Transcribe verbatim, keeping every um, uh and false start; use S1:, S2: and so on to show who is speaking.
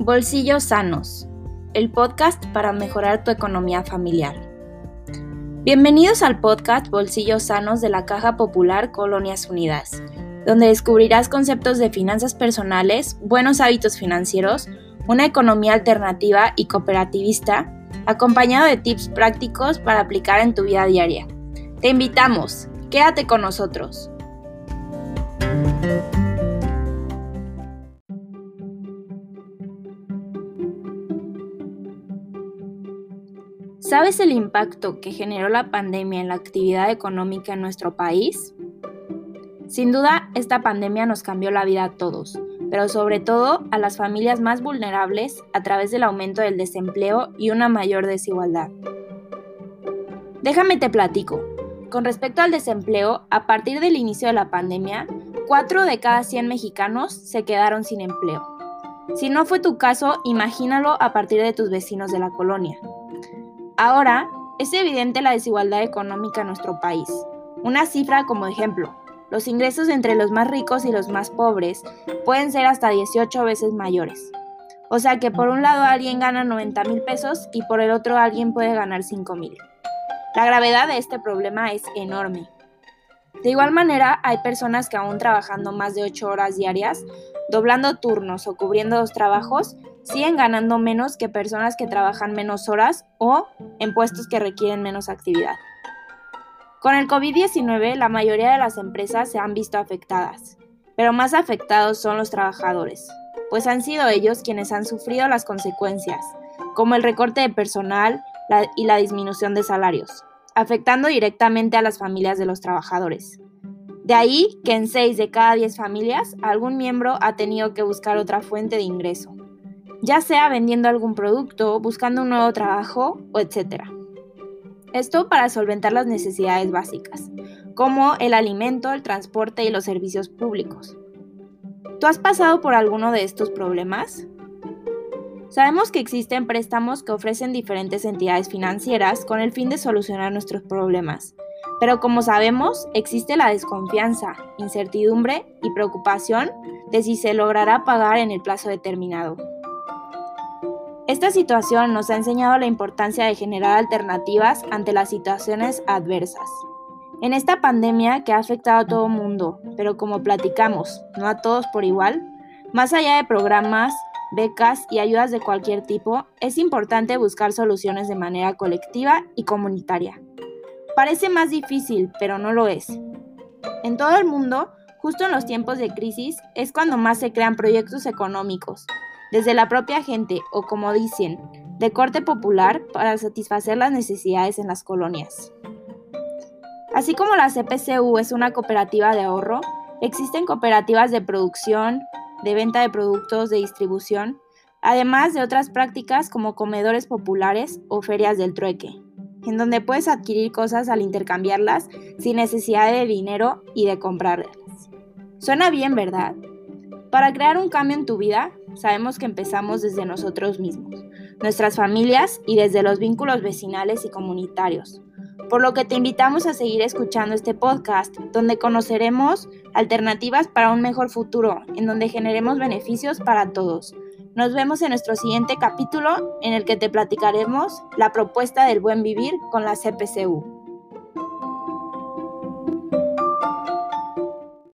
S1: Bolsillos Sanos, el podcast para mejorar tu economía familiar. Bienvenidos al podcast Bolsillos Sanos de la Caja Popular Colonias Unidas, donde descubrirás conceptos de finanzas personales, buenos hábitos financieros, una economía alternativa y cooperativista, acompañado de tips prácticos para aplicar en tu vida diaria. Te invitamos, quédate con nosotros. ¿Sabes el impacto que generó la pandemia en la actividad económica en nuestro país? Sin duda, esta pandemia nos cambió la vida a todos, pero sobre todo a las familias más vulnerables a través del aumento del desempleo y una mayor desigualdad. Déjame te platico. Con respecto al desempleo, a partir del inicio de la pandemia, cuatro de cada cien mexicanos se quedaron sin empleo. Si no fue tu caso, imagínalo a partir de tus vecinos de la colonia. Ahora, es evidente la desigualdad económica en nuestro país. Una cifra como ejemplo, los ingresos entre los más ricos y los más pobres pueden ser hasta dieciocho veces mayores. O sea que por un lado alguien gana noventa mil pesos y por el otro alguien puede ganar cinco mil. La gravedad de este problema es enorme. De igual manera, hay personas que aún trabajando más de ocho horas diarias, doblando turnos o cubriendo dos trabajos, siguen ganando menos que personas que trabajan menos horas o en puestos que requieren menos actividad. Con el covid diecinueve, la mayoría de las empresas se han visto afectadas, pero más afectados son los trabajadores, pues han sido ellos quienes han sufrido las consecuencias, como el recorte de personal la, y la disminución de salarios, afectando directamente a las familias de los trabajadores. De ahí que en seis de cada diez familias, algún miembro ha tenido que buscar otra fuente de ingreso, ya sea vendiendo algún producto, buscando un nuevo trabajo, o etcétera. Esto para solventar las necesidades básicas, como el alimento, el transporte y los servicios públicos. ¿Tú has pasado por alguno de estos problemas? Sabemos que existen préstamos que ofrecen diferentes entidades financieras con el fin de solucionar nuestros problemas, pero como sabemos, existe la desconfianza, incertidumbre y preocupación de si se logrará pagar en el plazo determinado. Esta situación nos ha enseñado la importancia de generar alternativas ante las situaciones adversas. En esta pandemia que ha afectado a todo el mundo, pero como platicamos, no a todos por igual, más allá de programas, becas y ayudas de cualquier tipo, es importante buscar soluciones de manera colectiva y comunitaria. Parece más difícil, pero no lo es. En todo el mundo, justo en los tiempos de crisis, es cuando más se crean proyectos económicos, desde la propia gente o, como dicen, de corte popular para satisfacer las necesidades en las colonias. Así como la C P C U es una cooperativa de ahorro, existen cooperativas de producción, de venta de productos, de distribución, además de otras prácticas como comedores populares o ferias del trueque, en donde puedes adquirir cosas al intercambiarlas sin necesidad de dinero y de comprarlas. Suena bien, ¿verdad? Para crear un cambio en tu vida, sabemos que empezamos desde nosotros mismos, nuestras familias y desde los vínculos vecinales y comunitarios, por lo que te invitamos a seguir escuchando este podcast, donde conoceremos alternativas para un mejor futuro, en donde generemos beneficios para todos. Nos vemos en nuestro siguiente capítulo, en el que te platicaremos la propuesta del buen vivir con la C P C U.